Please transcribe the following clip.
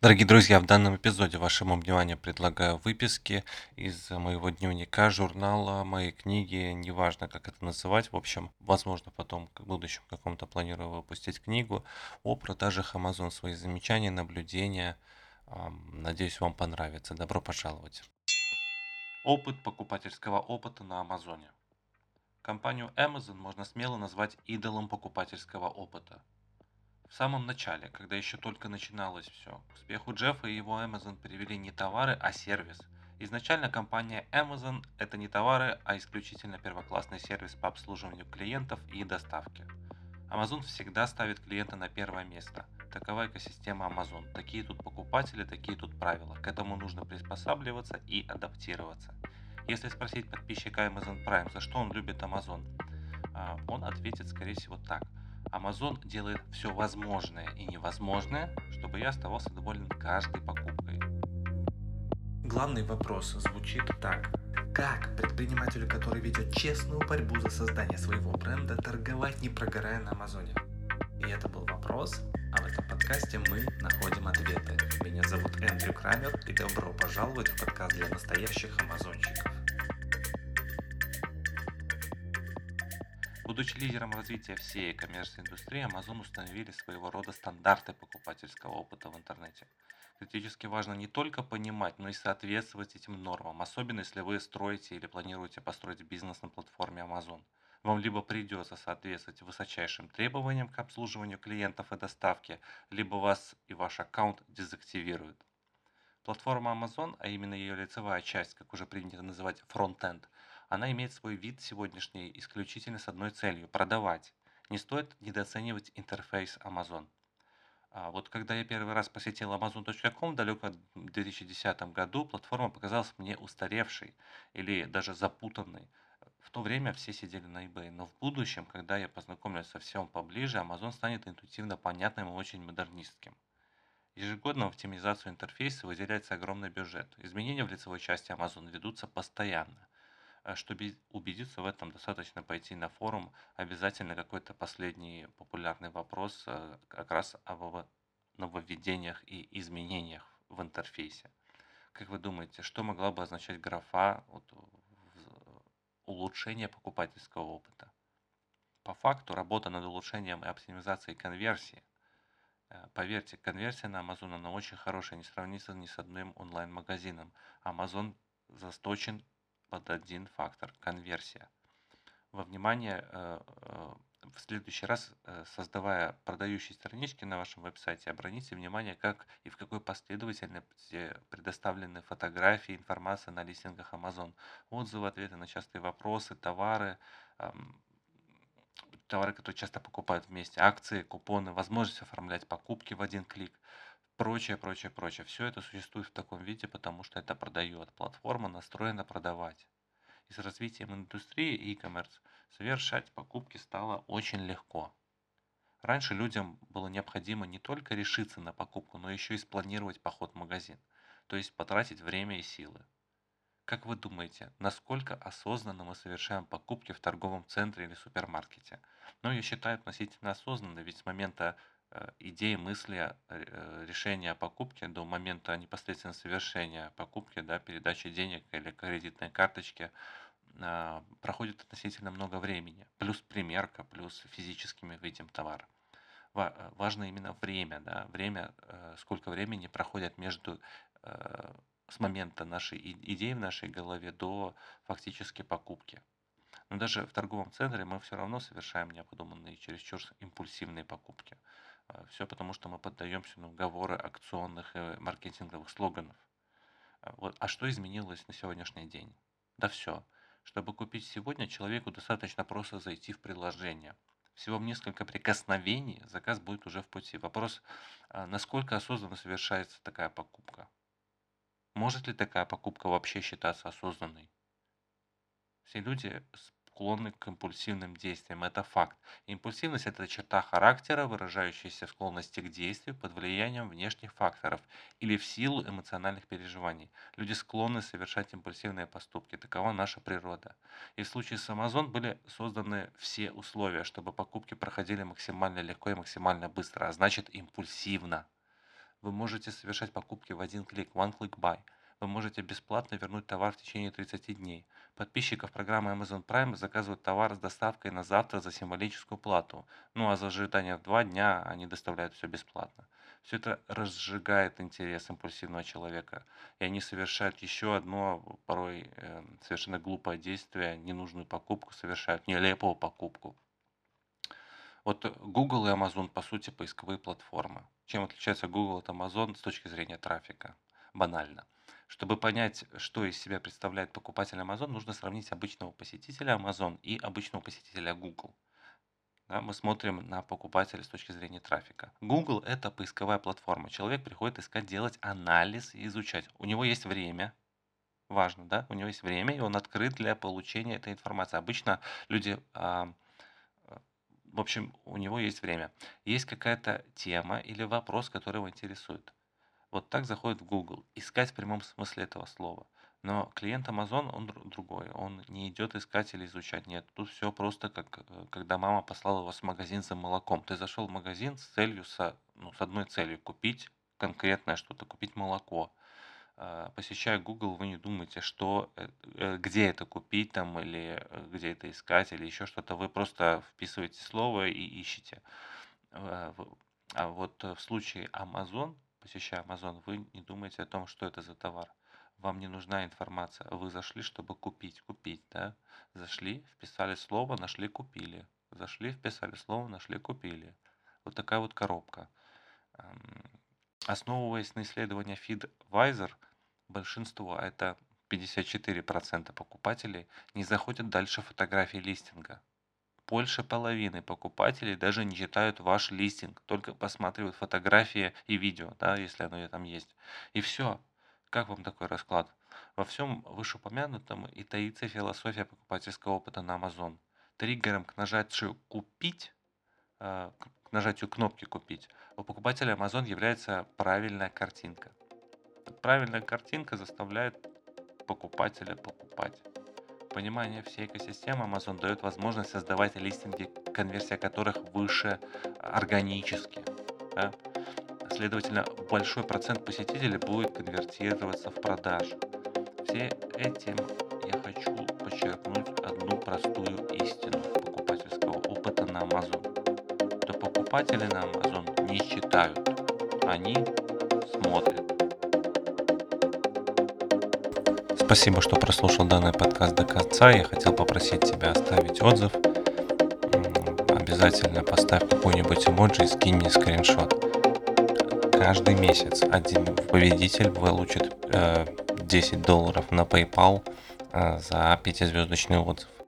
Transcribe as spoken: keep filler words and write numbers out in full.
Дорогие друзья, в данном эпизоде вашему вниманию предлагаю выписки из моего дневника, журнала, моей книги, неважно, как это называть. В общем, возможно, потом в будущем каком-то планирую выпустить книгу о продажах Amazon, свои замечания, наблюдения. Ам, Надеюсь, вам понравится. Добро пожаловать. Опыт покупательского опыта на Амазоне. Компанию Amazon можно смело назвать идолом покупательского опыта. В самом начале, когда еще только начиналось все, к успеху Джеффа и его Amazon привели не товары, а сервис. Изначально компания Amazon – это не товары, а исключительно первоклассный сервис по обслуживанию клиентов и доставке. Amazon всегда ставит клиента на первое место. Такова экосистема Amazon. Такие тут покупатели, такие тут правила. К этому нужно приспосабливаться и адаптироваться. Если спросить подписчика Amazon Prime, за что он любит Amazon, а, он ответит, скорее всего, так. Amazon делает все возможное и невозможное, чтобы я оставался доволен каждой покупкой. Главный вопрос звучит так. Как предпринимателю, который ведет честную борьбу за создание своего бренда, торговать, не прогорая на Амазоне? И это был вопрос, а в этом подкасте мы находим ответы. Меня зовут Эндрю Крамер, и добро пожаловать в подкаст для настоящих амазонщиков. Будучи лидером развития всей e-commerce индустрии, Amazon установили своего рода стандарты покупательского опыта в интернете. Критически важно не только понимать, но и соответствовать этим нормам, особенно если вы строите или планируете построить бизнес на платформе Amazon. Вам либо придется соответствовать высочайшим требованиям к обслуживанию клиентов и доставке, либо вас и ваш аккаунт дезактивируют. Платформа Amazon, а именно ее лицевая часть, как уже принято называть фронт-энд, она имеет свой вид сегодняшний исключительно с одной целью – продавать. Не стоит недооценивать интерфейс Amazon. А вот когда я первый раз посетил amazon точка ком в далеком две тысячи десятом году, платформа показалась мне устаревшей или даже запутанной. В то время все сидели на eBay, но в будущем, когда я познакомлюсь со всем поближе, Amazon станет интуитивно понятным и очень модернистским. Ежегодно в оптимизацию интерфейса выделяется огромный бюджет. Изменения в лицевой части Amazon ведутся постоянно. А Чтобы убедиться в этом, достаточно пойти на форум. Обязательно какой-то последний популярный вопрос э, как раз об нововведениях и изменениях в интерфейсе. Как вы думаете, что могла бы означать графа вот, в- улучшение покупательского опыта? По факту работа над улучшением и оптимизацией конверсии. Э, Поверьте, конверсия на Amazon, она очень хорошая, не сравнится ни с одним онлайн-магазином. Amazon засточен под один фактор – конверсия. Во внимание, э, э, в следующий раз, э, создавая продающие странички на вашем веб-сайте, обратите внимание, как и в какой последовательности предоставлены фотографии, информация на листингах Amazon, отзывы, ответы на частые вопросы, товары, ам, товары, которые часто покупают вместе, акции, купоны, возможность оформлять покупки в один клик, прочее, прочее, прочее. Все это существует в таком виде, потому что это продает. Платформа настроена продавать. И с развитием индустрии и e-commerce совершать покупки стало очень легко. Раньше людям было необходимо не только решиться на покупку, но еще и спланировать поход в магазин, то есть потратить время и силы. Как вы думаете, насколько осознанно мы совершаем покупки в торговом центре или супермаркете? Ну, я считаю относительно осознанно, ведь с момента э, идеи, мысли, э, решения о покупке до момента непосредственно совершения покупки, да, передачи денег или кредитной карточки а, проходит относительно много времени. Плюс примерка, плюс физически мы видим товар. Ва- э, Важно именно время, да, время, э, сколько времени проходит между э, с момента нашей и- идеи в нашей голове до фактически покупки. Но даже в торговом центре мы все равно совершаем необдуманные, чересчур импульсивные покупки. Все потому, что мы поддаемся на уговоры акционных и маркетинговых слоганов. А Вот. А что изменилось на сегодняшний день? Да все. Чтобы купить сегодня, человеку достаточно просто зайти в приложение. Всего в несколько прикосновений заказ будет уже в пути. Вопрос, а, насколько осознанно совершается такая покупка? Может ли такая покупка вообще считаться осознанной? Все люди склонны к импульсивным действиям, это факт. Импульсивность – это черта характера, выражающаяся в склонности к действию под влиянием внешних факторов или в силу эмоциональных переживаний. Люди склонны совершать импульсивные поступки, такова наша природа. И в случае с Amazon были созданы все условия, чтобы покупки проходили максимально легко и максимально быстро, а значит импульсивно. Вы можете совершать покупки в один клик, one click buy. Вы можете бесплатно вернуть товар в течение тридцати дней. Подписчиков программы Amazon Prime заказывают товар с доставкой на завтра за символическую плату. Ну а за ожидание в два дня они доставляют все бесплатно. Все это разжигает интерес импульсивного человека, и они совершают еще одно, порой э, совершенно глупое действие, ненужную покупку, совершают нелепую покупку. Вот э, Google и Amazon, по сути, поисковые платформы. Чем отличается Google от Amazon с точки зрения трафика? Банально. Чтобы понять, что из себя представляет покупатель Amazon, нужно сравнить обычного посетителя Amazon и обычного посетителя Google. Да, мы смотрим на покупателя с точки зрения трафика. Google – это поисковая платформа. Человек приходит искать, делать анализ и изучать. У него есть время, важно, да, у него есть время, и он открыт для получения этой информации. Обычно люди, а, а, в общем, у него есть время. Есть какая-то тема или вопрос, который его интересует. Вот так заходит в Google. Искать в прямом смысле этого слова. Но клиент Amazon, он дру- другой. Он не идет искать или изучать. Нет, тут все просто как э, когда мама послала вас в магазин за молоком. Ты зашел в магазин с целью, со- ну, с одной целью купить конкретное что-то, купить молоко. А, Посещая Google, вы не думаете, что, э, э, где это купить там, или э, где это искать, или еще что-то. Вы просто вписываете слово и ищете. Э, в- А вот э, в случае Amazon, посещая Amazon, вы не думаете о том, что это за товар. Вам не нужна информация. Вы зашли, чтобы купить. Купить, да? Зашли, вписали слово, нашли, купили. Зашли, вписали слово, нашли, купили. Вот такая вот коробка. Ам, Основываясь на исследовании FeedVisor, большинство, а это пятьдесят четыре процента покупателей, не заходят дальше фотографии листинга. Больше половины покупателей даже не читают ваш листинг, только посматривают фотографии и видео, да, если оно там есть. И все. Как вам такой расклад? Во всем вышеупомянутом и таится философия покупательского опыта на Amazon. Триггером к нажатию «Купить», э, к нажатию кнопки «Купить» у покупателя Amazon является правильная картинка. Правильная картинка заставляет покупателя покупать. Понимание всей экосистемы Amazon дает возможность создавать листинги, конверсия которых выше органически. Да? Следовательно, большой процент посетителей будет конвертироваться в продажи. Все этим я хочу подчеркнуть одну простую истину покупательского опыта на Amazon. То покупатели на Amazon не читают, они смотрят. Спасибо, что прослушал данный подкаст до конца. Я хотел попросить тебя оставить отзыв. М, Обязательно поставь какой-нибудь эмоджи и скинь мне скриншот. Каждый месяц один победитель получит э, десять долларов на PayPal э, за пятизвездочный отзыв.